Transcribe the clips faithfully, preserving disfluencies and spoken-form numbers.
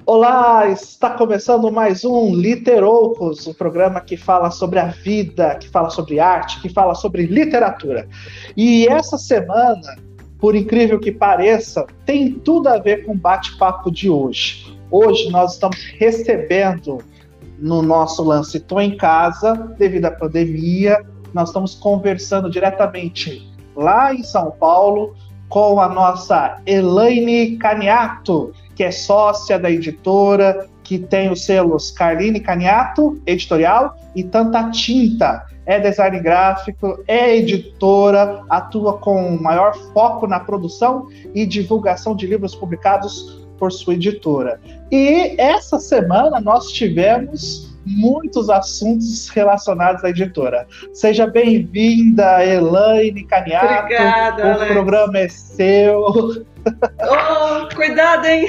Olá, está começando mais um Literoucos, um programa que fala sobre a vida, que fala sobre arte, que fala sobre literatura. E essa semana, por incrível que pareça, tem tudo a ver com o bate-papo de hoje. Hoje nós estamos recebendo no nosso lance Tô em Casa, devido à pandemia, nós estamos conversando diretamente lá em São Paulo com a nossa Elaine Caniato, que é sócia da editora, que tem os selos Carline Caniato, editorial, e Tanta Tinta. É design gráfico, é editora, atua com maior foco na produção e divulgação de livros publicados por sua editora. E essa semana nós tivemos muitos assuntos relacionados à editora. Seja bem-vinda, Elaine Caniato. Obrigada, o Alex. programa é seu. Oh, cuidado, hein?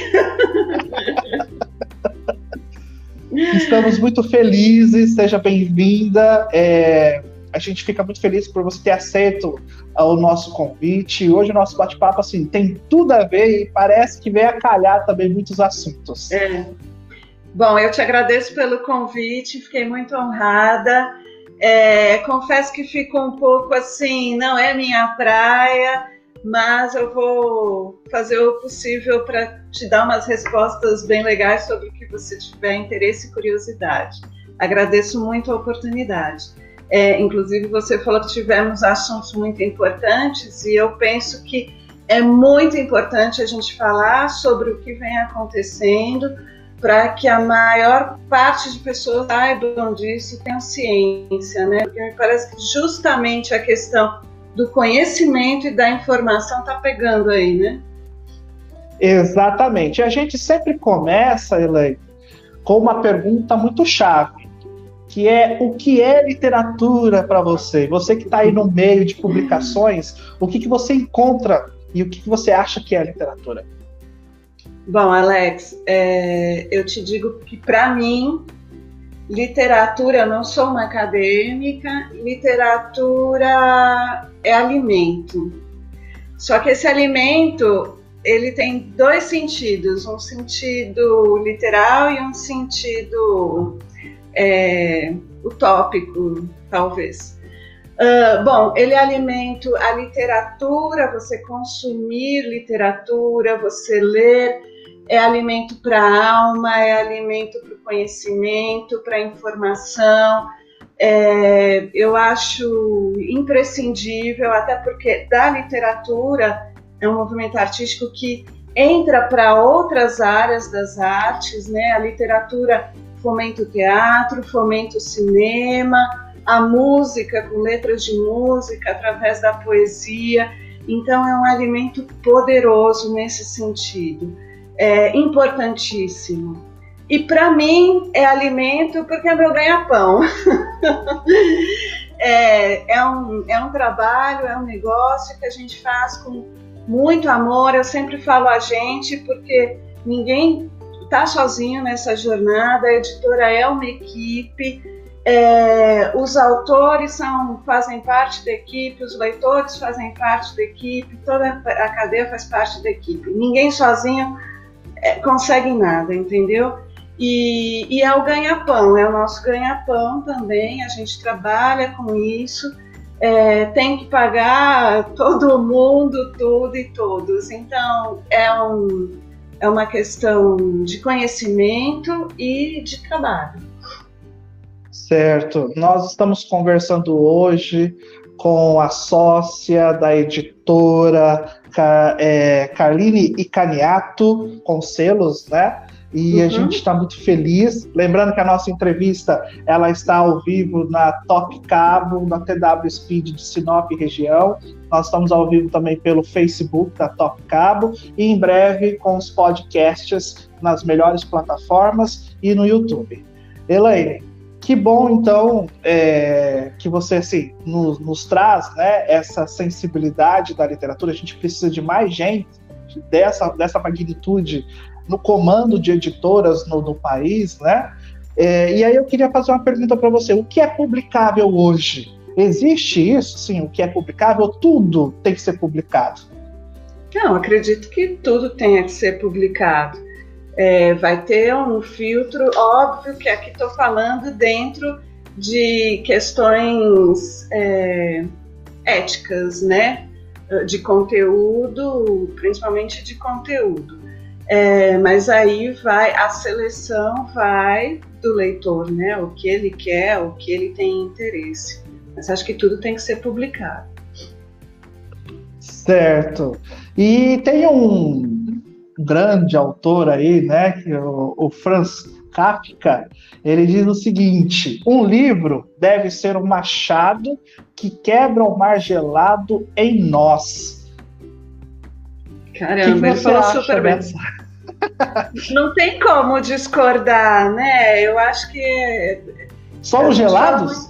Estamos muito felizes, seja bem-vinda. É, a gente fica muito feliz por você ter aceito o nosso convite. Hoje o nosso bate-papo assim, tem tudo a ver e parece que vem a calhar também muitos assuntos. É. Bom, eu te agradeço pelo convite, fiquei muito honrada. É, confesso que fico um pouco assim, não é minha praia, mas eu vou fazer o possível para te dar umas respostas bem legais sobre o que você tiver interesse e curiosidade. Agradeço muito a oportunidade. É, inclusive, você falou que tivemos assuntos muito importantes e eu penso que é muito importante a gente falar sobre o que vem acontecendo para que a maior parte de pessoas saibam disso e tenham ciência, né? Porque me parece que justamente a questão do conhecimento e da informação está pegando aí, né? Exatamente. A gente sempre começa, Elaine, com uma pergunta muito chave, que é o que é literatura para você? Você que está aí no meio de publicações, o que, que você encontra e o que, que você acha que é literatura? Bom, Alex, é, eu te digo que para mim, literatura, eu não sou uma acadêmica, literatura é alimento. Só que esse alimento, ele tem dois sentidos, um sentido literal e um sentido é, utópico, talvez. Uh, bom, ele é alimento, a literatura, você consumir literatura, você ler, é alimento para a alma, é alimento para o conhecimento, para a informação. É, eu acho imprescindível, até porque da literatura é um movimento artístico que entra para outras áreas das artes, né? A literatura fomenta o teatro, fomenta o cinema, a música, com letras de música, através da poesia. Então é um alimento poderoso nesse sentido. É importantíssimo. E para mim é alimento porque é meu ganha-pão. é, é, um, é um trabalho, é um negócio que a gente faz com muito amor. Eu sempre falo a gente porque ninguém está sozinho nessa jornada. A editora é uma equipe, é, os autores são, fazem parte da equipe, os leitores fazem parte da equipe, toda a cadeia faz parte da equipe. Ninguém sozinho é, consegue nada, entendeu? E, e é o ganha-pão, é o nosso ganha-pão também, a gente trabalha com isso, é, tem que pagar todo mundo, tudo e todos. Então, é, um, é uma questão de conhecimento e de trabalho. Certo. Nós estamos conversando hoje com a sócia da editora é, Carline e Caniato, com selos, né? E uhum. A gente está muito feliz. Lembrando que a nossa entrevista ela está ao vivo na Top Cabo, na T W Speed de Sinop região. Nós estamos ao vivo também pelo Facebook da Top Cabo e em breve com os podcasts nas melhores plataformas e no YouTube. Elaine, que bom então é, que você assim, nos, nos traz, né, essa sensibilidade da literatura. A gente precisa de mais gente dessa, dessa magnitude no comando de editoras no, no país, né? É, e aí eu queria fazer uma pergunta para você. O que é publicável hoje? Existe isso? Sim, o que é publicável? Tudo tem que ser publicado? Não, acredito que tudo tenha que ser publicado. É, vai ter um filtro, óbvio que aqui estou falando dentro de questões é, éticas, né? De conteúdo, principalmente de conteúdo. É, mas aí vai, a seleção vai do leitor, né? O que ele quer, o que ele tem interesse. Mas acho que tudo tem que ser publicado. Certo. E tem um grande autor aí, né? Que é o, o Franz Kafka. Ele diz o seguinte: um livro deve ser um machado que quebra o mar gelado em nós. Caramba, ele falou super bem. Não tem como discordar, né? Eu acho que... Só os gelados?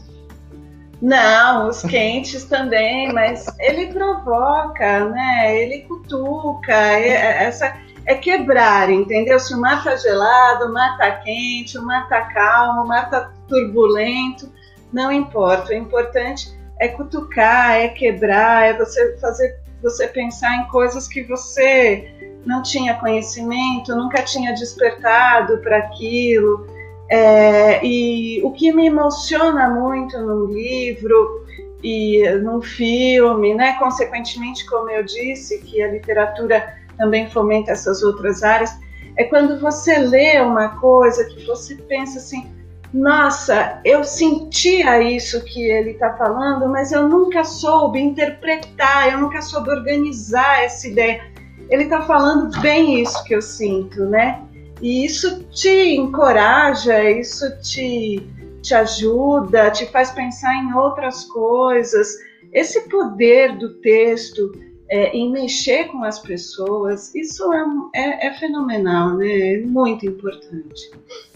Não, os quentes também, mas ele provoca, né? Ele cutuca, essa... é quebrar, entendeu? Se o mar tá gelado, o mar tá quente, o mar tá calmo, o mar tá turbulento, não importa. O importante é cutucar, é quebrar, é você fazer você pensar em coisas que você não tinha conhecimento, nunca tinha despertado para aquilo. É, e o que me emociona muito num livro e num filme, né? Consequentemente, como eu disse, que a literatura também fomenta essas outras áreas, é quando você lê uma coisa que você pensa assim: nossa, eu sentia isso que ele está falando, mas eu nunca soube interpretar, eu nunca soube organizar essa ideia. Ele está falando bem isso que eu sinto, né? E isso te encoraja, isso te, te ajuda, te faz pensar em outras coisas. Esse poder do texto é, em mexer com as pessoas, isso é, é, é fenomenal, né? É muito importante.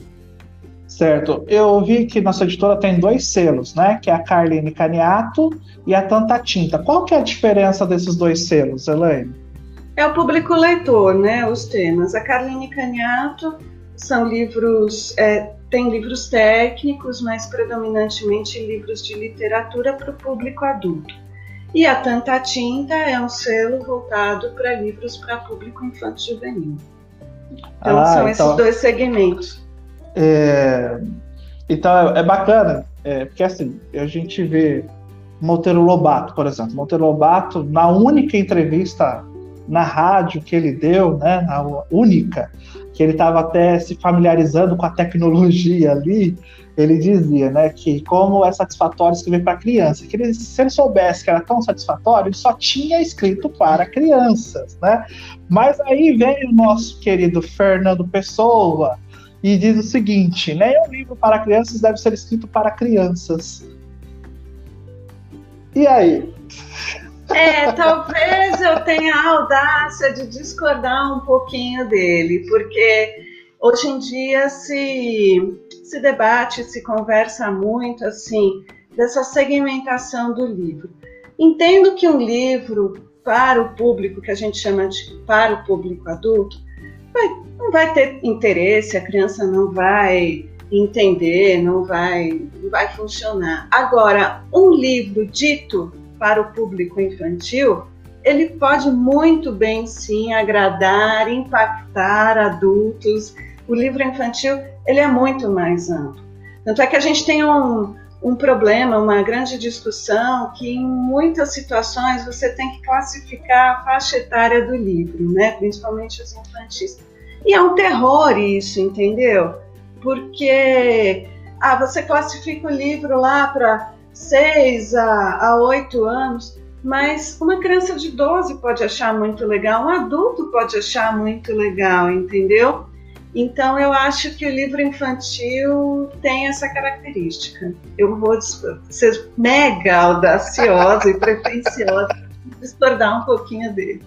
Certo. Eu vi que nossa editora tem dois selos, né? Que é a Carline Caniato e a Tanta Tinta. Qual que é a diferença desses dois selos, Elaine? É o público leitor, né? Os temas. A Carline Caniato são livros, é, tem livros técnicos, mas predominantemente livros de literatura para o público adulto. E a Tanta Tinta é um selo voltado para livros para público infanto-juvenil. Então, ah, são então... esses dois segmentos. É, então é, é bacana, é, porque assim, a gente vê Monteiro Lobato, por exemplo. Monteiro Lobato, na única entrevista na rádio que ele deu, né, na única, que ele estava até se familiarizando com a tecnologia ali, ele dizia, né, que como é satisfatório escrever para criança, que ele, se ele soubesse que era tão satisfatório, ele só tinha escrito para crianças, né? Mas aí vem o nosso querido Fernando Pessoa e diz o seguinte: nenhum livro para crianças deve ser escrito para crianças. E aí? É, talvez eu tenha a audácia de discordar um pouquinho dele, porque hoje em dia se, se debate, se conversa muito assim, dessa segmentação do livro. Entendo que um livro para o público, que a gente chama de para o público adulto, vai, não vai ter interesse, a criança não vai entender, não vai, não vai funcionar. Agora, um livro dito para o público infantil, ele pode muito bem, sim, agradar, impactar adultos. O livro infantil, ele é muito mais amplo. Tanto é que a gente tem um, um problema, uma grande discussão, que em muitas situações você tem que classificar a faixa etária do livro, né? Principalmente os infantis. E é um terror isso, entendeu? Porque ah, você classifica o livro lá para seis a oito anos, mas uma criança de doze pode achar muito legal, um adulto pode achar muito legal, entendeu? Então eu acho que o livro infantil tem essa característica. Eu vou ser mega audaciosa e pretensiosa, discordar um pouquinho dele.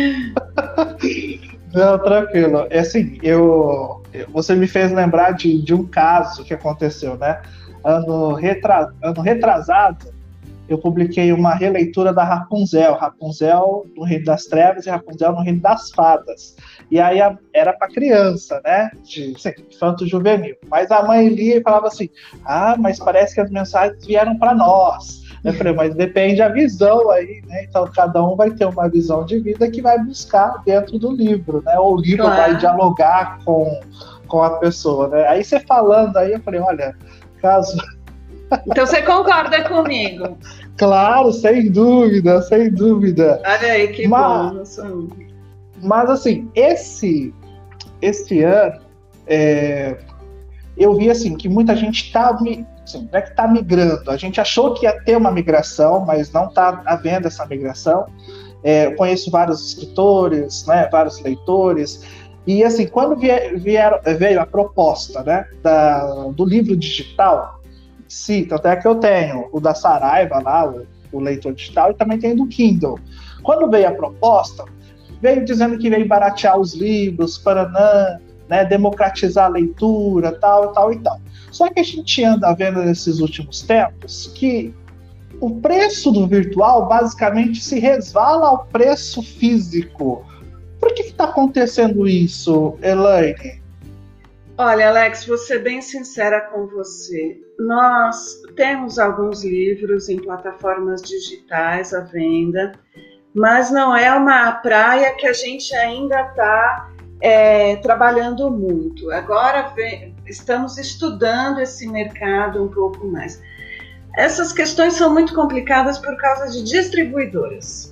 Não, tranquilo. É assim, eu, você me fez lembrar de, de um caso que aconteceu, né? Ano, retra, ano retrasado, eu publiquei uma releitura da Rapunzel, Rapunzel no Reino das Trevas e Rapunzel no Reino das Fadas. E aí a, era para criança, né, de infanto-juvenil. Mas a mãe lia e falava assim: ah, mas parece que as mensagens vieram para nós. Eu falei, mas depende da visão aí, né? Então cada um vai ter uma visão de vida que vai buscar dentro do livro, né? Ou o livro claro. vai dialogar com, com a pessoa, né? Aí você falando aí, eu falei, olha, caso... Então você concorda comigo? Claro, sem dúvida, sem dúvida. Olha aí, que mas, bom. Mas assim, esse, esse ano, é, eu vi assim, que muita gente está assim, não é que tá migrando. A gente achou que ia ter uma migração, mas não está havendo essa migração. É, eu conheço vários escritores, né, vários leitores, e assim, quando vier, vier, veio a proposta, né, da, do livro digital, sim, tanto é que eu tenho o da Saraiva lá, o, o leitor digital, e também tenho do Kindle. Quando veio a proposta, veio dizendo que veio baratear os livros, paranã, né, democratizar a leitura, tal, tal e tal. Só que a gente anda vendo nesses últimos tempos que o preço do virtual basicamente se resvala ao preço físico. Por que está acontecendo isso, Elaine? Olha, Alex, vou ser bem sincera com você. Nós temos alguns livros em plataformas digitais à venda, mas não é uma praia que a gente ainda está é, trabalhando muito. Agora vem, estamos estudando esse mercado um pouco mais. Essas questões são muito complicadas por causa de distribuidoras.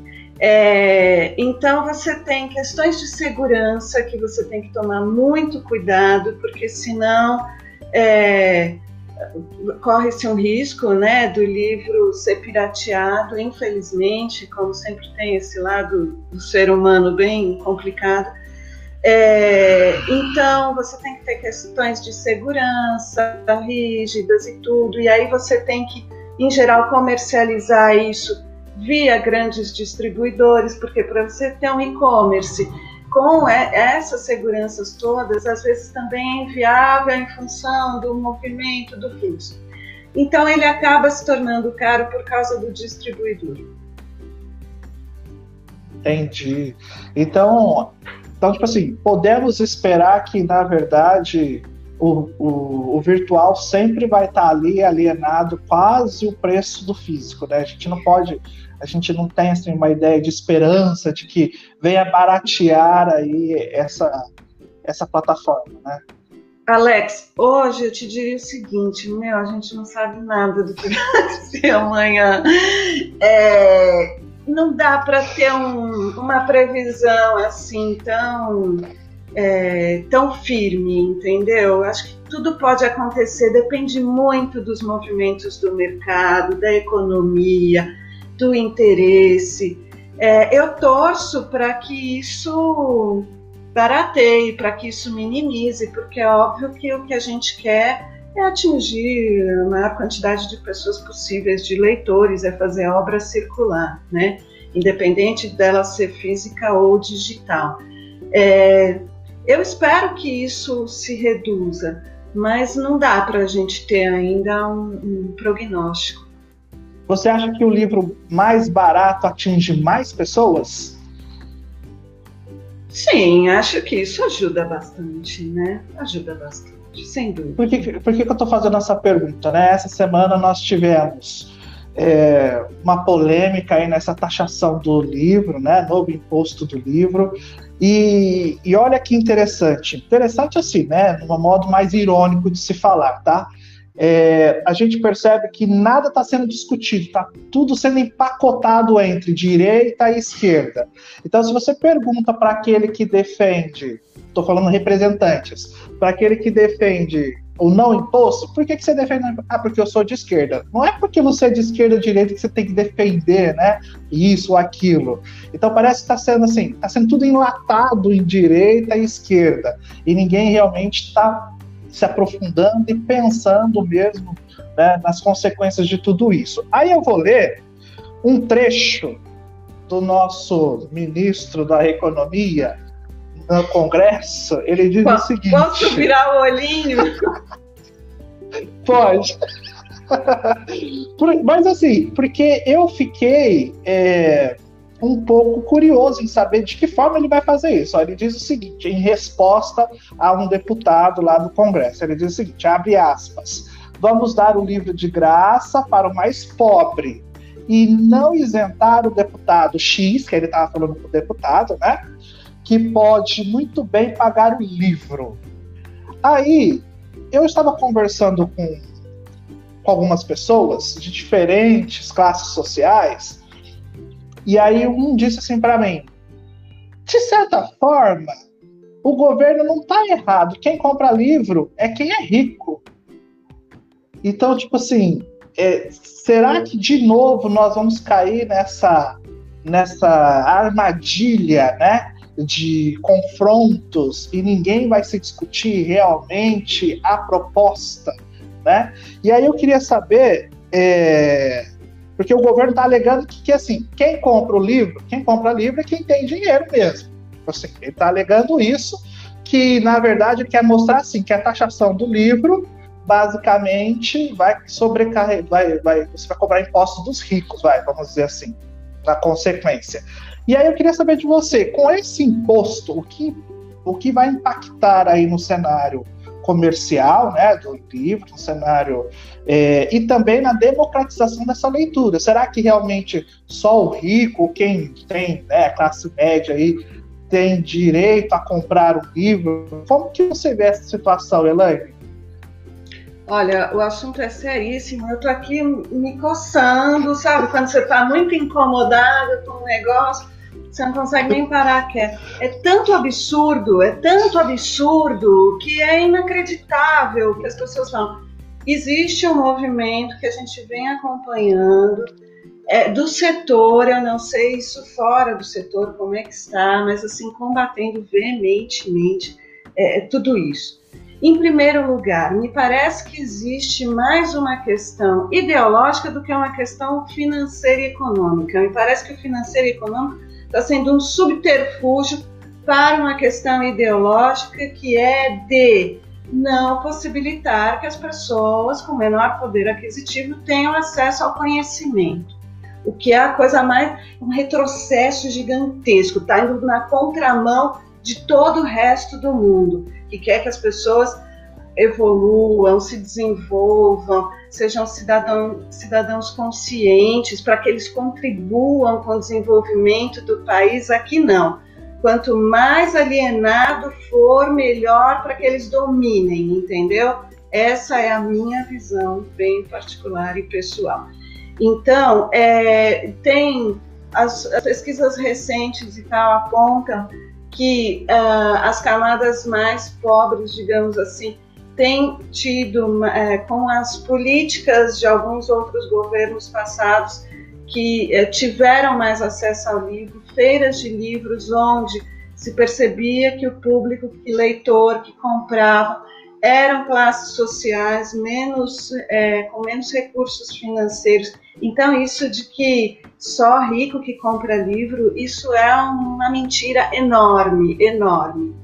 É, então você tem questões de segurança que você tem que tomar muito cuidado, porque senão é, corre-se um risco, né, do livro ser pirateado, infelizmente, como sempre tem esse lado do ser humano bem complicado. É, então você tem que ter questões de segurança rígidas e tudo, e aí você tem que, em geral, comercializar isso via grandes distribuidores, porque para você ter um e-commerce com essas seguranças todas, às vezes também é inviável em função do movimento do fluxo. Então ele acaba se tornando caro por causa do distribuidor. Entendi. Então, então tipo assim, podemos esperar que, na verdade, o, o, o virtual sempre vai estar ali alienado quase o preço do físico, né? A gente não pode... A gente não tem assim, uma ideia de esperança de que venha baratear aí essa, essa plataforma, né? Alex, hoje eu te diria o seguinte, meu, a gente não sabe nada do que vai ser amanhã. É, não dá para ter um, uma previsão assim tão, é, tão firme, entendeu? Acho que tudo pode acontecer, depende muito dos movimentos do mercado, da economia, do interesse. É, eu torço para que isso barateie, para que isso minimize, porque é óbvio que o que a gente quer é atingir a maior quantidade de pessoas possíveis, de leitores, é fazer a obra circular, né? Independente dela ser física ou digital. É, eu espero que isso se reduza, mas não dá para a gente ter ainda um, um prognóstico. Você acha que o livro mais barato atinge mais pessoas? Sim, acho que isso ajuda bastante, né? Ajuda bastante, sem dúvida. Por que, por que eu estou fazendo essa pergunta, né? Essa semana nós tivemos é, uma polêmica aí nessa taxação do livro, né? Novo imposto do livro. E, e olha que interessante. Interessante assim, né? Num modo mais irônico de se falar, tá? É, a gente percebe que nada está sendo discutido, está tudo sendo empacotado entre direita e esquerda. Então, se você pergunta para aquele que defende, estou falando representantes, para aquele que defende o não imposto, por que, que você defende? Ah, porque eu sou de esquerda. Não é porque você é de esquerda ou direita que você tem que defender, né, isso ou aquilo. Então parece que está sendo assim, está sendo tudo enlatado em direita e esquerda, e ninguém realmente está se aprofundando e pensando mesmo, né, nas consequências de tudo isso. Aí eu vou ler um trecho do nosso ministro da Economia no Congresso. Ele diz P- o seguinte... Posso virar o olhinho? Pode. Mas assim, porque eu fiquei é, um pouco curioso em saber de que forma ele vai fazer isso. Ele diz o seguinte, em resposta a um deputado lá do Congresso, ele diz o seguinte, abre aspas, vamos dar o livro de graça para o mais pobre e não isentar o deputado X, que ele estava falando com o deputado, né? Que pode muito bem pagar o livro. Aí, eu estava conversando com, com algumas pessoas de diferentes classes sociais, e aí um disse assim para mim, de certa forma, o governo não está errado, quem compra livro é quem é rico. Então, tipo assim, é, será que de novo nós vamos cair nessa, nessa armadilha, né, de confrontos e ninguém vai se discutir realmente a proposta, né? E aí eu queria saber, é, porque o governo está alegando que, que assim, quem compra o livro, quem compra livro é quem tem dinheiro mesmo. Assim, ele está alegando isso, que na verdade ele quer mostrar assim, que a taxação do livro basicamente vai sobrecarregar, vai, vai, você vai cobrar impostos dos ricos, vai, vamos dizer assim, na consequência. E aí eu queria saber de você, com esse imposto, o que, o que vai impactar aí no cenário comercial, né, do livro, no cenário, é, e também na democratização dessa leitura? Será que realmente só o rico, quem tem, né, a classe média aí, tem direito a comprar um livro? Como que você vê essa situação, Elaine? Olha, o assunto é seríssimo, eu tô aqui me coçando, sabe? Quando você tá muito incomodado com um negócio, você não consegue nem parar quieto. É tanto absurdo, é tanto absurdo, que é inacreditável que as pessoas falam. Existe um movimento que a gente vem acompanhando, é, do setor, eu não sei isso fora do setor, como é que está, mas assim, combatendo veementemente é, tudo isso. Em primeiro lugar, me parece que existe mais uma questão ideológica do que uma questão financeira e econômica. Me parece que o financeiro e econômico está sendo um subterfúgio para uma questão ideológica que é de não possibilitar que as pessoas com menor poder aquisitivo tenham acesso ao conhecimento. O que é a coisa mais, um retrocesso gigantesco, está indo na contramão de todo o resto do mundo, que quer que as pessoas evoluam, se desenvolvam, sejam cidadão, cidadãos conscientes, para que eles contribuam com o desenvolvimento do país. Aqui não. Quanto mais alienado for, melhor para que eles dominem, entendeu? Essa é a minha visão bem particular e pessoal. Então, é, tem as, as pesquisas recentes e tal apontam que uh, as camadas mais pobres, digamos assim, têm tido, uh, com as políticas de alguns outros governos passados, que uh, tiveram mais acesso ao livro, feiras de livros onde se percebia que o público, que leitor, que comprava, eram classes sociais menos, é, com menos recursos financeiros. Então, isso de que só rico que compra livro, isso é uma mentira enorme, enorme.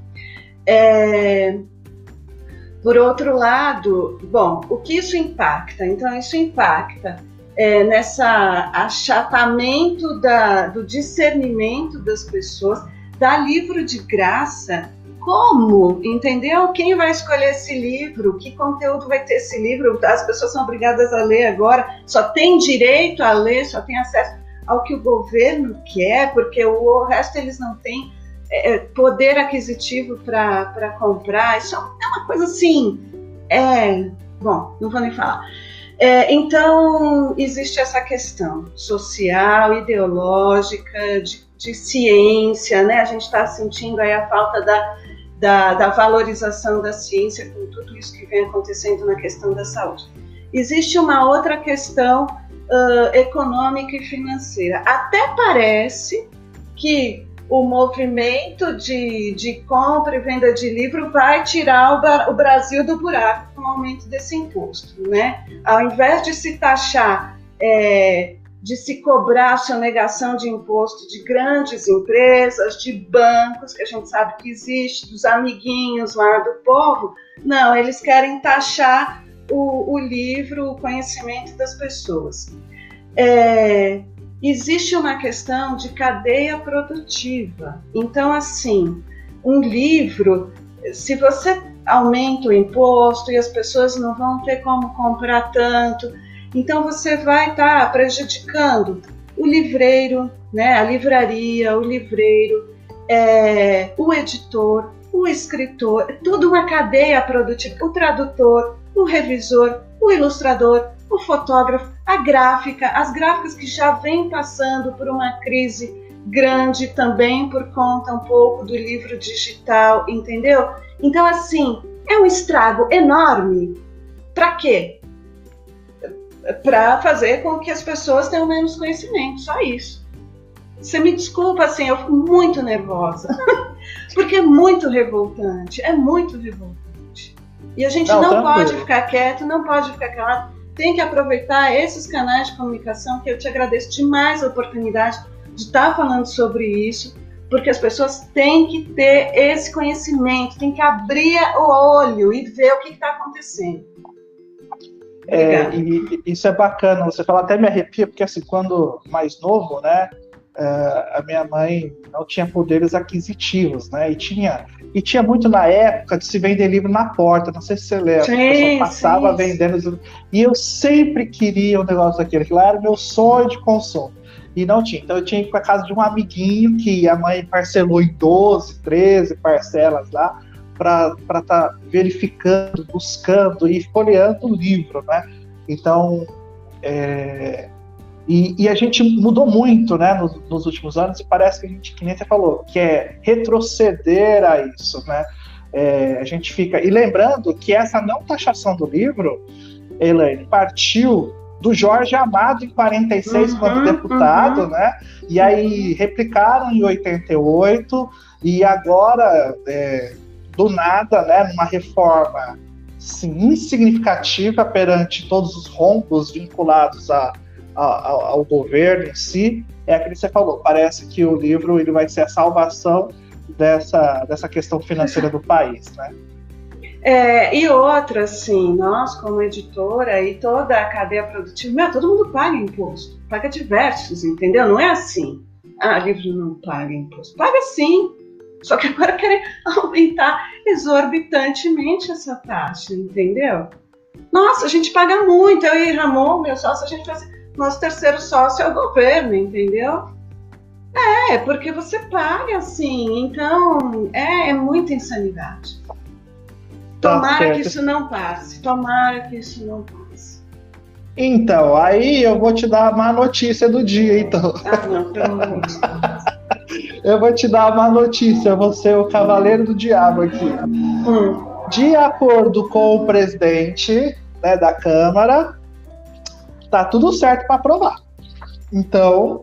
É, por outro lado, bom, o que isso impacta? Então, isso impacta é, nessa achatamento da, do discernimento das pessoas, dá livro de graça. Como? Entendeu? Quem vai escolher esse livro? Que conteúdo vai ter esse livro? As pessoas são obrigadas a ler agora, só tem direito a ler, só tem acesso ao que o governo quer, porque o resto eles não têm é, poder aquisitivo para comprar. Isso é uma coisa assim, é, bom, não vou nem falar. É, então, existe essa questão social, ideológica, de, de ciência, né? A gente está sentindo aí a falta da, da, da valorização da ciência com tudo isso que vem acontecendo na questão da saúde. Existe uma outra questão uh, econômica e financeira. Até parece que o movimento de, de compra e venda de livro vai tirar o, o Brasil do buraco com o aumento desse imposto, né? Ao invés de se taxar, é, de se cobrar a sonegação de imposto de grandes empresas, de bancos, que a gente sabe que existe, dos amiguinhos lá do povo, não, eles querem taxar o, o livro, o conhecimento das pessoas. É... Existe uma questão de cadeia produtiva. Então, assim, um livro, se você aumenta o imposto e as pessoas não vão ter como comprar tanto. Então você vai estar tá prejudicando o livreiro, né, a livraria, o livreiro, é, o editor, o escritor, toda uma cadeia produtiva, o tradutor, o revisor, o ilustrador, o fotógrafo, a gráfica, as gráficas que já vêm passando por uma crise grande também por conta um pouco do livro digital, entendeu? Então, assim, é um estrago enorme. Para quê? Para fazer com que as pessoas tenham menos conhecimento, só isso. Você me desculpa, assim, eu fico muito nervosa, porque é muito revoltante, é muito revoltante. E a gente não, não pode ficar quieto, não pode ficar calado, tem que aproveitar esses canais de comunicação, que eu te agradeço demais a oportunidade de estar falando sobre isso, porque as pessoas têm que ter esse conhecimento, têm que abrir o olho e ver o que está acontecendo. É, e isso é bacana, você fala, até me arrepia, porque assim, quando mais novo, né, a minha mãe não tinha poderes aquisitivos, né, e tinha, e tinha muito na época de se vender livro na porta, não sei se você lembra, sim, a pessoa passava sim, vendendo sim. E eu sempre queria um negócio daquele, que lá era o meu sonho de consumo, e não tinha, então eu tinha que ir para casa de um amiguinho, que a mãe parcelou em doze, treze parcelas lá, para estar tá verificando, buscando e folheando o livro, né? Então, é, e, e a gente mudou muito, né, nos, nos últimos anos, e parece que a gente, que nem você falou, quer retroceder a isso, né? É, a gente fica... E lembrando que essa não taxação do livro, Elaine, partiu do Jorge Amado em quarenta e seis, uhum, quando deputado, uhum. né? E aí replicaram em oitenta e oito, e agora... É, do nada, né, numa reforma sim, insignificativa perante todos os rombos vinculados a, a, a, ao governo em si, é aquilo que você falou, parece que o livro ele vai ser a salvação dessa, dessa questão financeira do país, né? É, e outra, assim, nós como editora e toda a cadeia produtiva, meu, todo mundo paga imposto, paga diversos, entendeu? Não é assim, ah, livro não paga imposto, paga sim. Só que agora querem aumentar exorbitantemente essa taxa, entendeu? Nossa, a gente paga muito. Eu e Ramon, meu sócio, a gente faz... Nosso terceiro sócio é o governo, entendeu? É, porque você paga, assim. Então, é, é muita insanidade. Tomara tá que isso não passe. Tomara que isso não passe. Então, aí eu vou te dar a má notícia do dia, então. Ah, não, pelo amor de Deus. Eu vou te dar uma notícia, eu vou ser o cavaleiro do diabo aqui. Hum. De acordo com o presidente, né, da Câmara, tá tudo certo para aprovar. Então,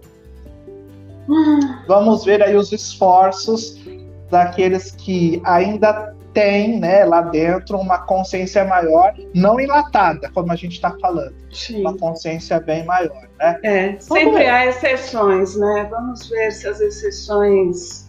hum. vamos ver aí os esforços daqueles que ainda têm, né, lá dentro uma consciência maior, não enlatada, como a gente está falando. Sim. Uma consciência bem maior, né? É, sempre há exceções, né? Vamos ver se as exceções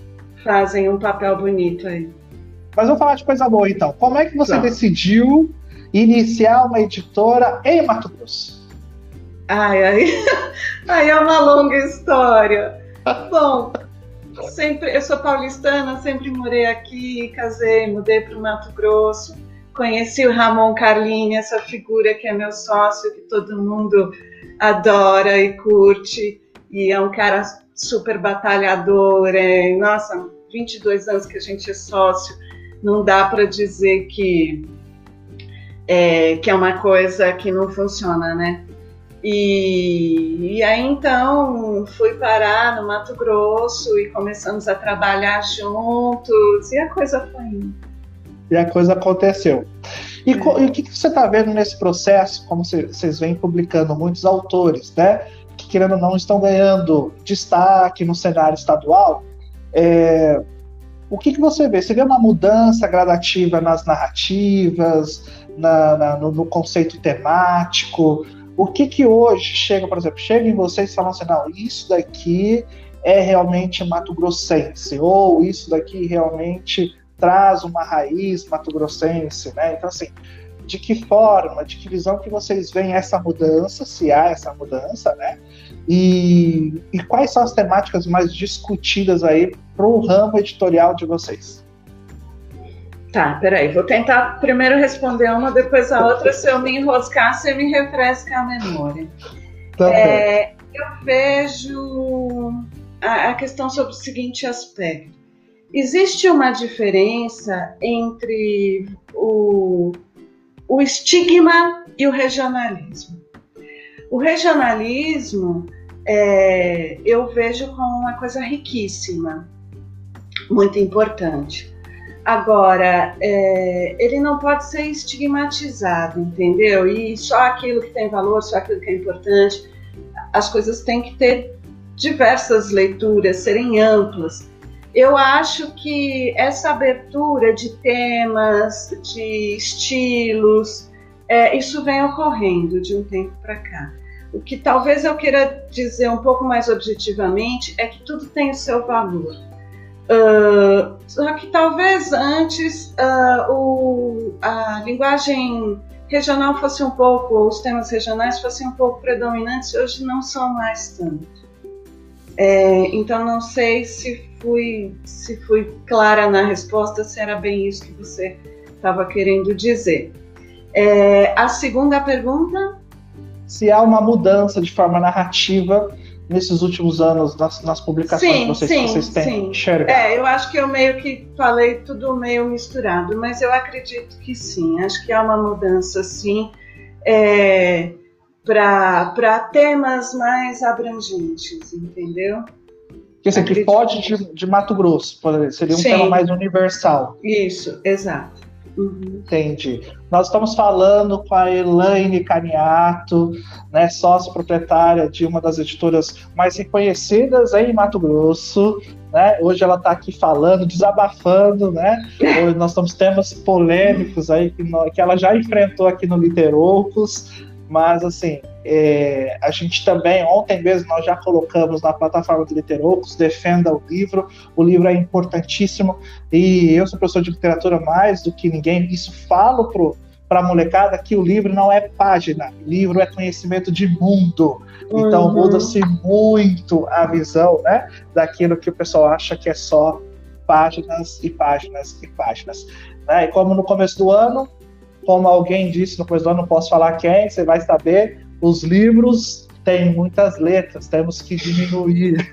fazem um papel bonito aí. Mas vamos falar de coisa boa, então. Como é que você Não. decidiu iniciar uma editora em Mato Grosso? Ai, ai, ai, é uma longa história. Bom, sempre, eu sou paulistana, sempre morei aqui, casei, mudei para o Mato Grosso. Conheci o Ramon Carlini, essa figura que é meu sócio, que todo mundo adora e curte, e é um cara super batalhador. É, nossa, vinte e dois anos que a gente é sócio, não dá para dizer que é, que é uma coisa que não funciona, né? E, e aí então fui parar no Mato Grosso e começamos a trabalhar juntos, e a coisa foi indo. E a coisa aconteceu. E, é. e o que, que você está vendo nesse processo, como vocês vêm publicando muitos autores, né, que querendo ou não estão ganhando destaque no cenário estadual, é, o que, que você vê? Você vê uma mudança gradativa nas narrativas, na, na, no, no conceito temático? O que que hoje chega, por exemplo, chega em vocês e falam assim, não, isso daqui é realmente mato-grossense, ou isso daqui realmente traz uma raiz mato-grossense, né? Então, assim, de que forma, de que visão que vocês veem essa mudança, se há essa mudança, né? E, e quais são as temáticas mais discutidas aí para o ramo editorial de vocês? Tá, peraí, vou tentar primeiro responder uma, depois a outra. Se eu me enroscar, você me refresca a memória. Tá é, eu vejo a, a questão sobre o seguinte aspecto. Existe uma diferença entre o, o estigma e o regionalismo. O regionalismo é, eu vejo como uma coisa riquíssima, muito importante. Agora, é, ele não pode ser estigmatizado, entendeu? E só aquilo que tem valor, só aquilo que é importante. As coisas têm que ter diversas leituras, serem amplas. Eu acho que essa abertura de temas, de estilos, é, isso vem ocorrendo de um tempo para cá. O que talvez eu queira dizer um pouco mais objetivamente é que tudo tem o seu valor. Uh, só que talvez antes uh, o, a linguagem regional fosse um pouco, ou os temas regionais fossem um pouco predominantes, hoje não são mais tanto. É, então não sei se fui, se fui clara na resposta, se era bem isso que você estava querendo dizer. É, a segunda pergunta? Se há uma mudança de forma narrativa nesses últimos anos, nas, nas publicações sim, que vocês, sim, que vocês têm sim. enxergado. É, eu acho que eu meio que falei tudo meio misturado, mas eu acredito que sim, acho que há uma mudança sim, é, para temas mais abrangentes, entendeu? Que esse aqui pode de, de Mato Grosso, seria um sim. tema mais universal. Isso, exato. Uhum. Entendi. Nós estamos falando com a Elaine Caniato, né, sócia proprietária de uma das editoras mais reconhecidas em Mato Grosso. Né? Hoje ela está aqui falando, desabafando, né? Hoje nós temos temas polêmicos aí que, nós, que ela já enfrentou aqui no Literoucos, mas assim, é, a gente também, ontem mesmo nós já colocamos na plataforma do Literoucos, defenda o livro, o livro é importantíssimo, e eu sou professor de literatura mais do que ninguém, isso falo para a molecada que o livro não é página, o livro é conhecimento de mundo, então uhum. muda-se muito a visão, né, daquilo que o pessoal acha que é só páginas e páginas e páginas. Né? E como no começo do ano, como alguém disse no começo do ano, não posso falar quem, você vai saber, os livros têm muitas letras, temos que diminuir.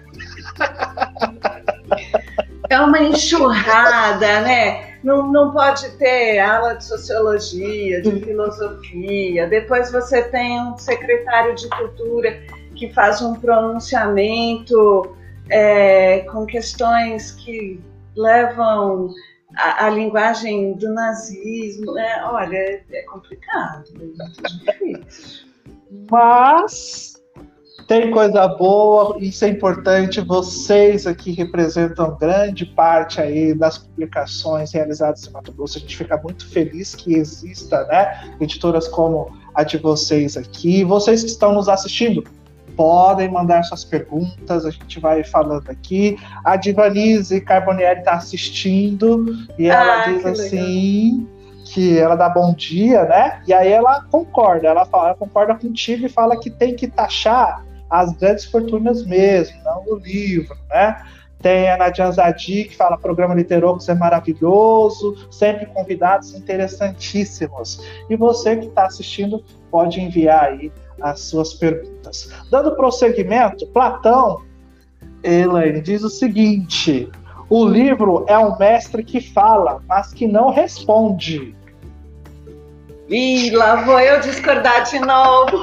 É uma enxurrada, né? Não, não pode ter aula de sociologia, de filosofia, depois você tem um secretário de cultura que faz um pronunciamento é, com questões que levam A, a linguagem do nazismo, né? Olha, é, é complicado, é muito difícil. Mas tem coisa boa, isso é importante, vocês aqui representam grande parte aí das publicações realizadas em Mato Grosso, a gente fica muito feliz que exista, né, editoras como a de vocês aqui, vocês que estão nos assistindo, podem mandar suas perguntas, a gente vai falando aqui. A Divanise Carbonieri está assistindo e ela ah, diz que assim legal. Que ela dá bom dia, né? E aí ela concorda, ela, fala, ela concorda contigo e fala que tem que taxar as grandes fortunas mesmo, não o livro, né? Tem a Nadia Zadi que fala programa Literoucos é maravilhoso, sempre convidados interessantíssimos. E você que está assistindo pode enviar aí as suas perguntas. Dando prosseguimento, Platão, Elaine, diz o seguinte: o livro é um mestre que fala, mas que não responde. Ih, lá vou eu discordar de novo.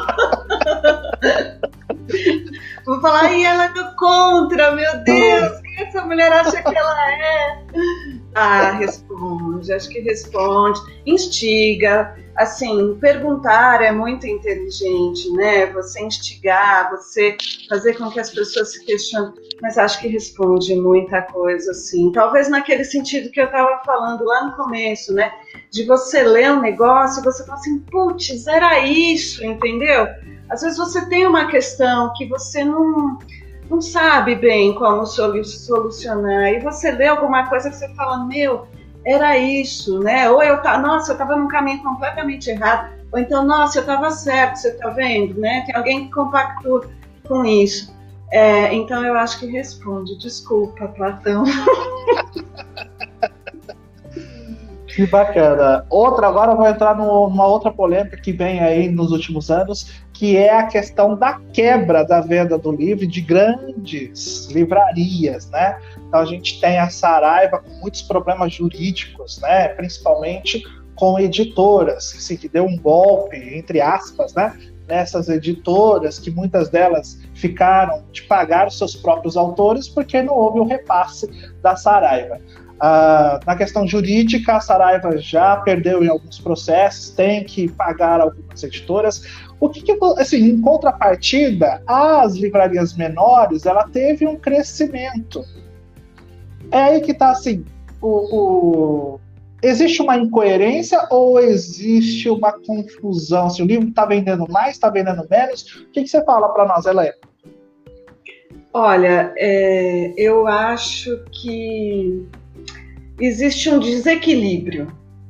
Vou falar, e ela é do contra, meu Deus, quem essa mulher acha que ela é? Ah, responde, acho que responde, instiga, assim, perguntar é muito inteligente, né? Você instigar, você fazer com que as pessoas se questionem, mas acho que responde muita coisa, assim. Talvez naquele sentido que eu estava falando lá no começo, né? De você ler um negócio e você fala assim, putz, era isso, entendeu? Às vezes você tem uma questão que você não... não sabe bem como solucionar, e você lê alguma coisa que você fala, meu, era isso, né? Ou eu tá, nossa, eu estava num caminho completamente errado, ou então, nossa, eu estava certo, você está vendo, né? Tem alguém que compactua com isso. É, então eu acho que responde, desculpa, Platão. Que bacana. Outra, agora eu vou entrar no, numa outra polêmica que vem aí nos últimos anos, que é a questão da quebra da venda do livro de grandes livrarias, né? Então a gente tem a Saraiva com muitos problemas jurídicos, né? Principalmente com editoras, assim, que deu um golpe, entre aspas, né? Nessas editoras, que muitas delas ficaram de pagar os seus próprios autores porque não houve o repasse da Saraiva. Ah, na questão jurídica, a Saraiva já perdeu em alguns processos, tem que pagar algumas editoras. O que, que assim, em contrapartida, as livrarias menores, ela teve um crescimento. É aí que está assim, o, o... existe uma incoerência ou existe uma confusão? Se o livro está vendendo mais, está vendendo menos, o que, que você fala para nós, Helena? Olha, é, eu acho que existe um desequilíbrio.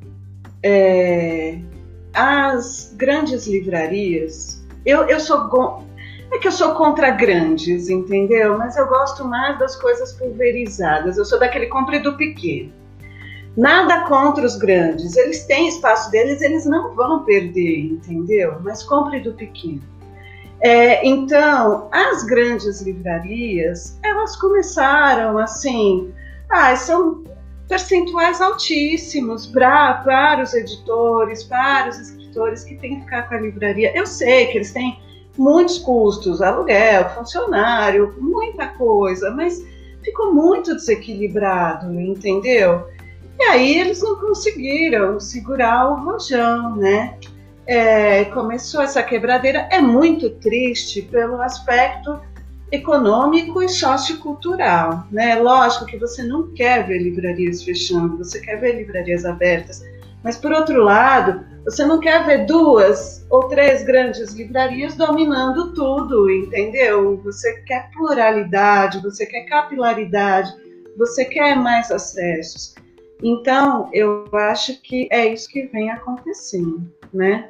É, as grandes livrarias, eu, eu sou go- é que eu sou contra grandes, entendeu? Mas eu gosto mais das coisas pulverizadas. Eu sou daquele compre do pequeno. Nada contra os grandes. Eles têm espaço deles, eles não vão perder, entendeu? Mas compre do pequeno. É, então, as grandes livrarias, elas começaram assim, ah, são percentuais altíssimos para, para os editores, para os escritores que têm que ficar com a livraria. Eu sei que eles têm muitos custos, aluguel, funcionário, muita coisa, mas ficou muito desequilibrado, entendeu? E aí eles não conseguiram segurar o rojão, né? É, começou essa quebradeira. É muito triste pelo aspecto econômico e sociocultural, né? Lógico que você não quer ver livrarias fechando, você quer ver livrarias abertas, mas por outro lado, você não quer ver duas ou três grandes livrarias dominando tudo, entendeu? Você quer pluralidade, você quer capilaridade, você quer mais acessos. Então, eu acho que é isso que vem acontecendo, né?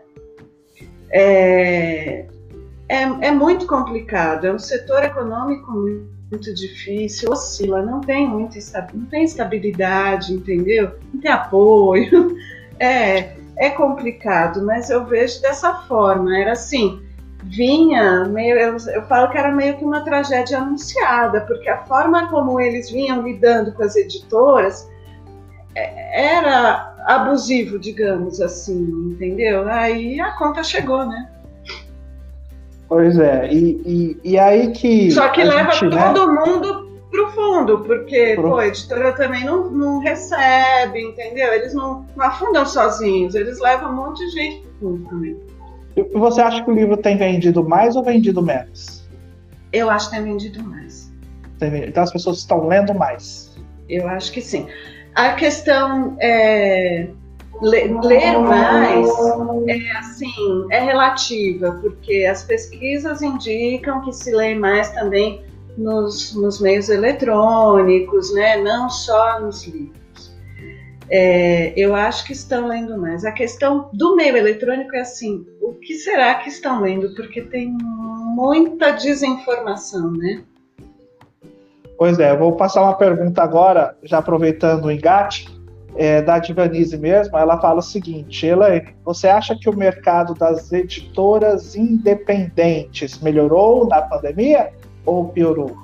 É, é, é muito complicado, é um setor econômico muito, muito difícil, oscila, não tem muita não tem estabilidade, entendeu? Não tem apoio, é, é complicado, mas eu vejo dessa forma, era assim, vinha meio, eu, eu falo que era meio que uma tragédia anunciada, porque a forma como eles vinham lidando com as editoras era abusivo, digamos assim, entendeu? Aí a conta chegou, né? Pois é, e, e, e aí que... Só que leva gente, todo né? mundo pro fundo, porque, Pro... pô, a editora também não, não recebe, entendeu? Eles não, não afundam sozinhos, eles levam um monte de gente pro fundo também. E você acha que o livro tem vendido mais ou vendido menos? Eu acho que tem vendido mais. Tem, então as pessoas estão lendo mais? Eu acho que sim. A questão é ler, ler mais é assim, é relativa, porque as pesquisas indicam que se lê mais também nos, nos meios eletrônicos, né? Não só nos livros. É, eu acho que estão lendo mais. A questão do meio eletrônico é assim, o que será que estão lendo? Porque tem muita desinformação, né? Pois é, eu vou passar uma pergunta agora, já aproveitando o engate, é, da Divanise mesmo. Ela fala o seguinte: Elaine, você acha que o mercado das editoras independentes melhorou na pandemia ou piorou?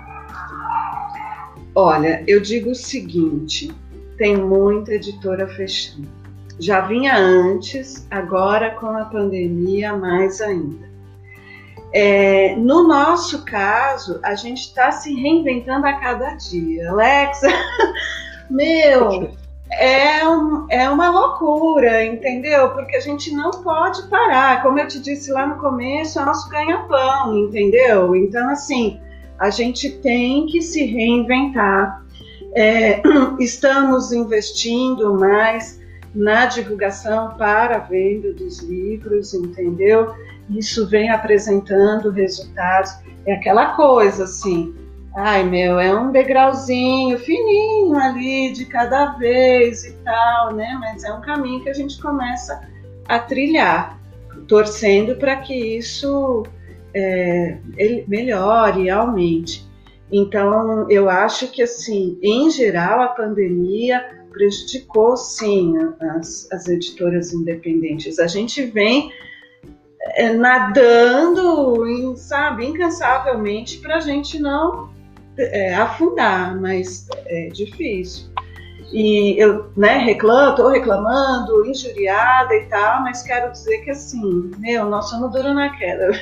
Olha, eu digo o seguinte, tem muita editora fechando. Já vinha antes, agora com a pandemia mais ainda. É, no nosso caso, a gente está se reinventando a cada dia. Alexa, meu, é, um, é uma loucura, entendeu? Porque a gente não pode parar. Como eu te disse lá no começo, é o nosso ganha-pão, entendeu? Então, assim, a gente tem que se reinventar. É, estamos investindo mais na divulgação para a venda dos livros, entendeu? Isso vem apresentando resultados. É aquela coisa assim, ai meu, é um degrauzinho fininho ali de cada vez e tal, né? Mas é um caminho que a gente começa a trilhar, torcendo para que isso é, ele melhore, aumente. Então, eu acho que, assim, em geral, a pandemia prejudicou, sim, as, as editoras independentes. A gente vem é, nadando, em, sabe, incansavelmente para a gente não é, afundar, mas é difícil. E eu, né, reclamo, estou reclamando, injuriada e tal, mas quero dizer que, assim, meu, nós somos duro na queda.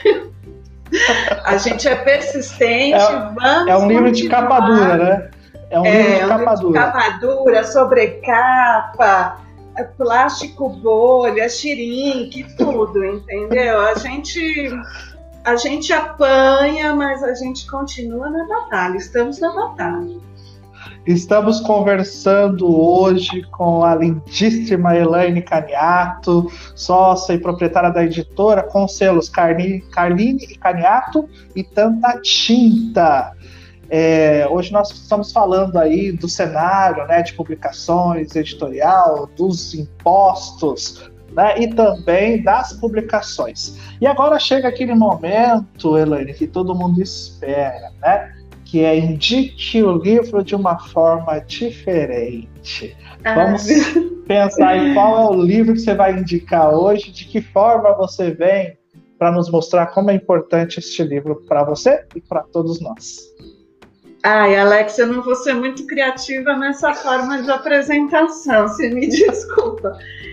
A gente é persistente, é, vamos É um livro continuar. de capa dura, né? É um é, livro de um capa livro dura. De capa dura, sobrecapa, plástico bolha, xirinque, tudo, entendeu? A gente, a gente apanha, mas a gente continua na batalha, estamos na batalha. Estamos conversando hoje com a lindíssima Elaine Caniato, sócia e proprietária da editora, com selos Carline, Carline e Caniato e Tanta Tinta. É, hoje nós estamos falando aí do cenário, né, de publicações, editorial, dos impostos, né, e também das publicações. E agora chega aquele momento, Elaine, que todo mundo espera, né? Que é indique o livro de uma forma diferente. Ah. Vamos pensar em qual é o livro que você vai indicar hoje, de que forma você vem para nos mostrar como é importante este livro para você e para todos nós. Ai, Alex, eu não vou ser muito criativa nessa forma de apresentação, você me desculpa.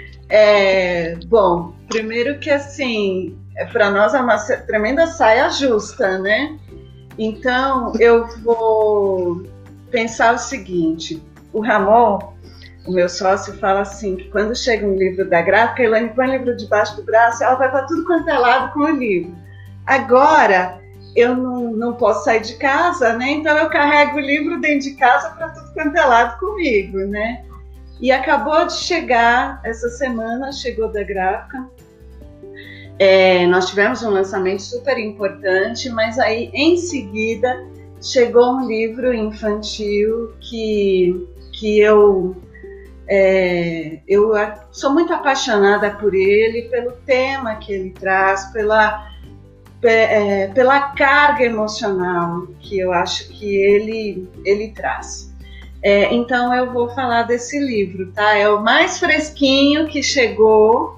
É, bom, primeiro que assim, para nós é uma tremenda saia justa, né? Então, eu vou pensar o seguinte, o Ramon, o meu sócio, fala assim, que quando chega um livro da gráfica, ele põe o livro debaixo do braço, ela vai para tudo quanto é lado com o livro. Agora, eu não, não posso sair de casa, né? Então eu carrego o livro dentro de casa para tudo quanto é lado comigo, né? E acabou de chegar, essa semana, chegou da gráfica, É, nós tivemos um lançamento super importante, mas aí em seguida chegou um livro infantil que, que eu, é, eu sou muito apaixonada por ele, pelo tema que ele traz, pela, é, pela carga emocional que eu acho que ele, ele traz. É, então eu vou falar desse livro, tá? É o mais fresquinho que chegou.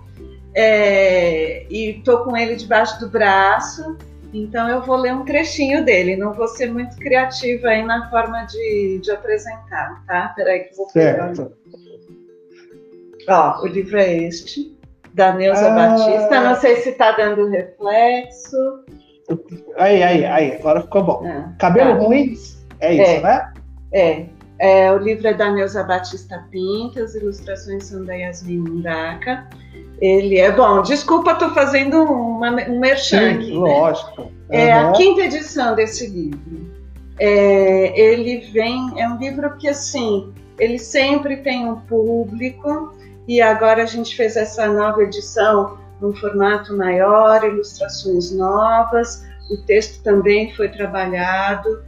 É, e estou com ele debaixo do braço, então eu vou ler um trechinho dele, não vou ser muito criativa aí na forma de, de apresentar, tá? Peraí que eu vou pegar. Ó, o livro é este, da Neuza ah, Batista, não sei se está dando reflexo. Aí, aí, aí, agora ficou bom. Ah, Cabelo tá. Ruim, é isso, é, né? É, é, o livro é da Neuza Batista Pinto, as ilustrações são da Yasmin Mundaka. Ele é bom, desculpa, estou fazendo uma, um merchan aqui, né? Lógico. Uhum. É a quinta edição desse livro. É, ele vem, é um livro que, assim, ele sempre tem um público, e agora a gente fez essa nova edição num formato maior, ilustrações novas, o texto também foi trabalhado,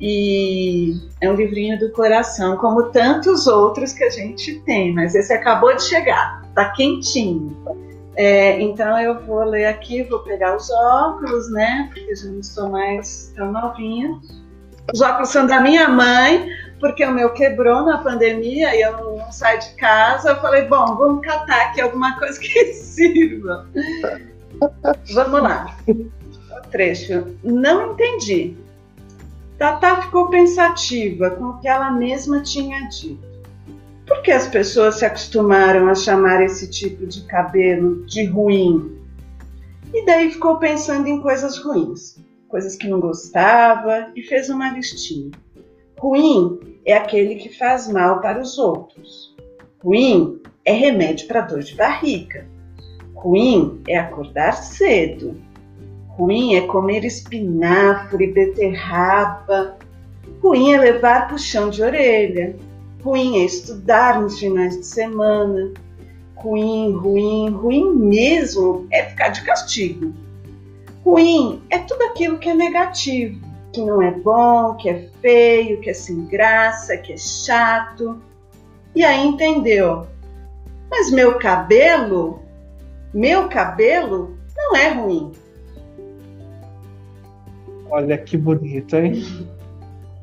e é um livrinho do coração, como tantos outros que a gente tem, mas esse acabou de chegar. Tá quentinho. É, então eu vou ler aqui, vou pegar os óculos, né? Porque eu já não estou mais tão novinha. Os óculos são da minha mãe, porque o meu quebrou na pandemia e eu não, não saio de casa. Eu falei, bom, vamos catar aqui alguma coisa que sirva. Vamos lá. O trecho. Não entendi. Tatá ficou pensativa com o que ela mesma tinha dito. Por que as pessoas se acostumaram a chamar esse tipo de cabelo de ruim? E daí ficou pensando em coisas ruins, coisas que não gostava, e fez uma listinha. Ruim é aquele que faz mal para os outros. Ruim é remédio para dor de barriga. Ruim é acordar cedo. Ruim é comer espinafre, beterraba. Ruim é levar puxão de orelha. Ruim é estudar nos finais de semana. Ruim, ruim, ruim mesmo é ficar de castigo. Ruim é tudo aquilo que é negativo, que não é bom, que é feio, que é sem graça, que é chato. E aí entendeu? Mas meu cabelo, meu cabelo não é ruim. Olha que bonito, hein?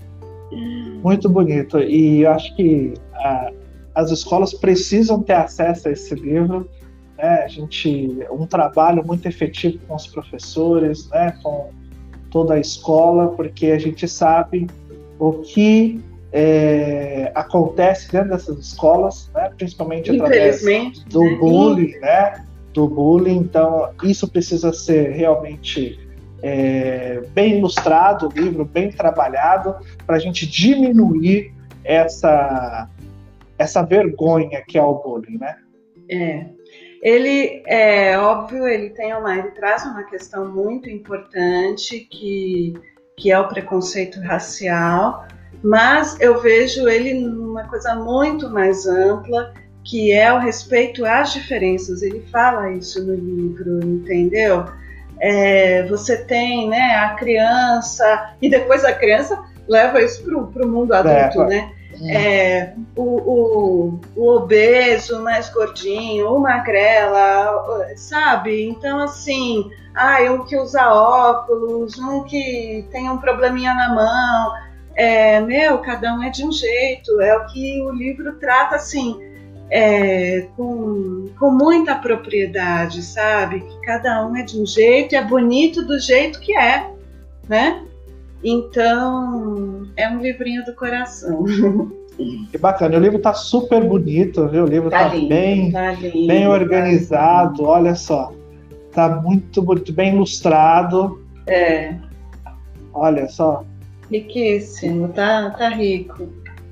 Muito bonito. E eu acho que a, as escolas precisam ter acesso a esse livro. Né? A gente, um trabalho muito efetivo com os professores, né? Com toda a escola, porque a gente sabe o que é, acontece dentro dessas escolas, né? Principalmente através do né? bullying, né? Do bullying. Então, isso precisa ser realmente é, bem ilustrado, o livro bem trabalhado, para a gente diminuir essa, essa vergonha que é o bullying, né? É. Ele, é óbvio, ele, tem uma, ele traz uma questão muito importante, que, que é o preconceito racial, mas eu vejo ele numa coisa muito mais ampla, que é o respeito às diferenças. Ele fala isso no livro, entendeu? É, você tem, né, a criança, e depois a criança leva isso para o mundo adulto, é, né? É, o, o, o obeso, o mais gordinho, o magrela, sabe? Então, assim, ah, um que usa óculos, um que tem um probleminha na mão, é, meu, cada um é de um jeito, é o que o livro trata, assim, é, com, com muita propriedade, sabe? Que cada um é de um jeito e é bonito do jeito que é, né? Então, é um livrinho do coração. Que bacana, o livro está super bonito, viu? O livro está tá bem, tá bem organizado, tá olha só. Está muito bonito, bem ilustrado. É. Olha só. Riquíssimo, tá, tá rico.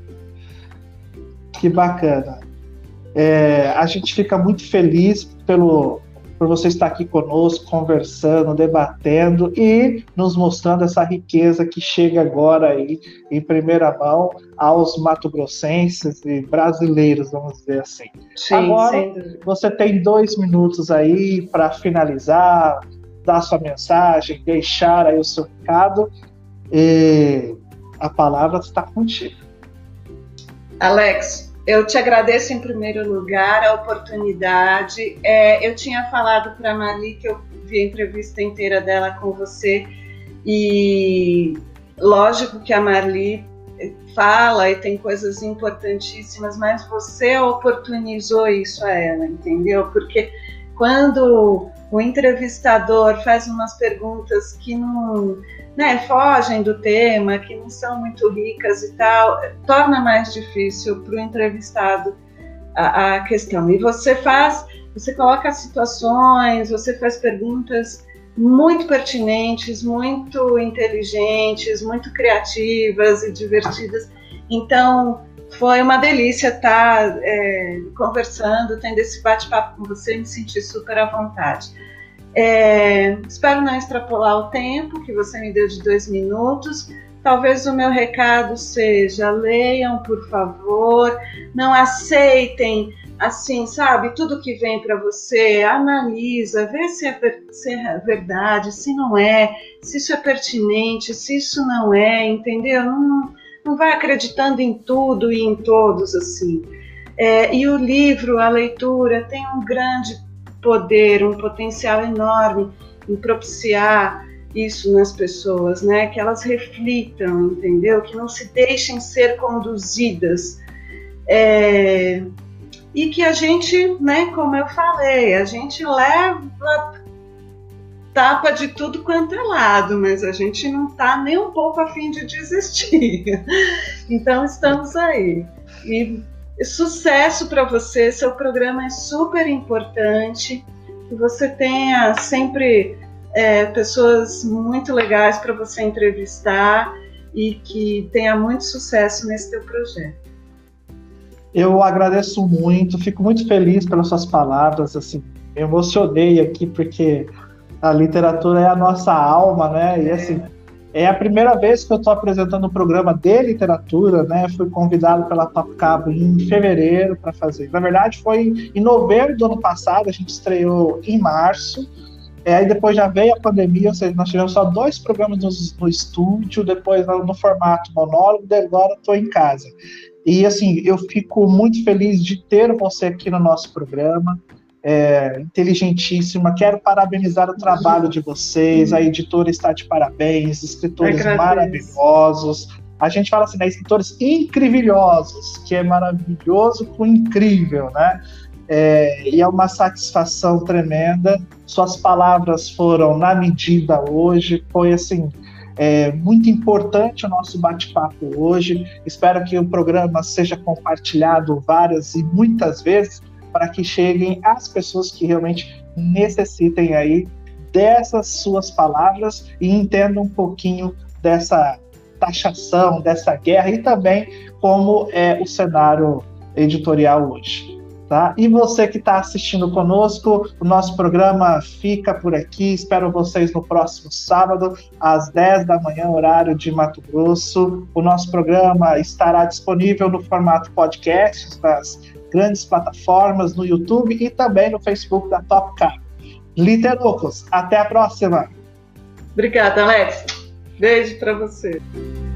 Que bacana. É, a gente fica muito feliz pelo... por você estar aqui conosco, conversando, debatendo e nos mostrando essa riqueza que chega agora aí em primeira mão aos mato-grossenses e brasileiros, vamos dizer assim. Sim, agora, você tem dois minutos aí para finalizar, dar sua mensagem, deixar aí o seu recado e a palavra está contigo. Alex, eu te agradeço em primeiro lugar a oportunidade. É, eu tinha falado para a Marli que eu vi a entrevista inteira dela com você e lógico que a Marli fala e tem coisas importantíssimas, mas você oportunizou isso a ela, entendeu? Porque quando o entrevistador faz umas perguntas que não, né, fogem do tema, que não são muito ricas e tal, torna mais difícil para o entrevistado a, a questão. E você faz, você coloca situações, você faz perguntas muito pertinentes, muito inteligentes, muito criativas e divertidas. Então, foi uma delícia estar é, conversando, tendo esse bate-papo com você, me senti super à vontade. É, espero não extrapolar o tempo que você me deu de dois minutos. Talvez o meu recado seja: leiam, por favor, não aceitem, assim, sabe, tudo que vem para você, analisa, vê se é, se é verdade, se não é, se isso é pertinente, se isso não é, entendeu? Não, não vai acreditando em tudo e em todos, assim. É, e o livro, a leitura, tem um grande poder, um potencial enorme em propiciar isso nas pessoas, né? Que elas reflitam, entendeu? Que não se deixem ser conduzidas. É, e que a gente, né, como eu falei, a gente leva tapa de tudo quanto é lado, mas a gente não está nem um pouco a fim de desistir. Então estamos aí. E sucesso para você, seu programa é super importante, que você tenha sempre é, pessoas muito legais para você entrevistar e que tenha muito sucesso nesse teu projeto. Eu agradeço muito, fico muito feliz pelas suas palavras, assim, me emocionei aqui porque a literatura é a nossa alma, né, e assim, é a primeira vez que eu estou apresentando um programa de literatura, né? Fui convidado pela Top Cabo em fevereiro para fazer. Na verdade, foi em novembro do ano passado, a gente estreou em março. É, aí depois já veio a pandemia, ou seja, nós tivemos só dois programas no, no estúdio, depois no, no formato monólogo, e agora estou em casa. E assim, eu fico muito feliz de ter você aqui no nosso programa. É, inteligentíssima, quero parabenizar o trabalho de vocês, a editora está de parabéns, escritores maravilhosos, a gente fala assim, né, escritores incríveis, que é maravilhoso com incrível, né? É, e é uma satisfação tremenda. Suas palavras foram na medida hoje, foi assim, é, muito importante o nosso bate-papo hoje. Espero que o programa seja compartilhado várias e muitas vezes para que cheguem às pessoas que realmente necessitem aí dessas suas palavras e entendam um pouquinho dessa taxação, dessa guerra e também como é o cenário editorial hoje. Tá? E você que está assistindo conosco, o nosso programa fica por aqui. Espero vocês no próximo sábado, às dez da manhã, horário de Mato Grosso. O nosso programa estará disponível no formato podcast, nas grandes plataformas, no YouTube e também no Facebook da Topcar. Literoucos, até a próxima! Obrigada, Alex. Beijo para você.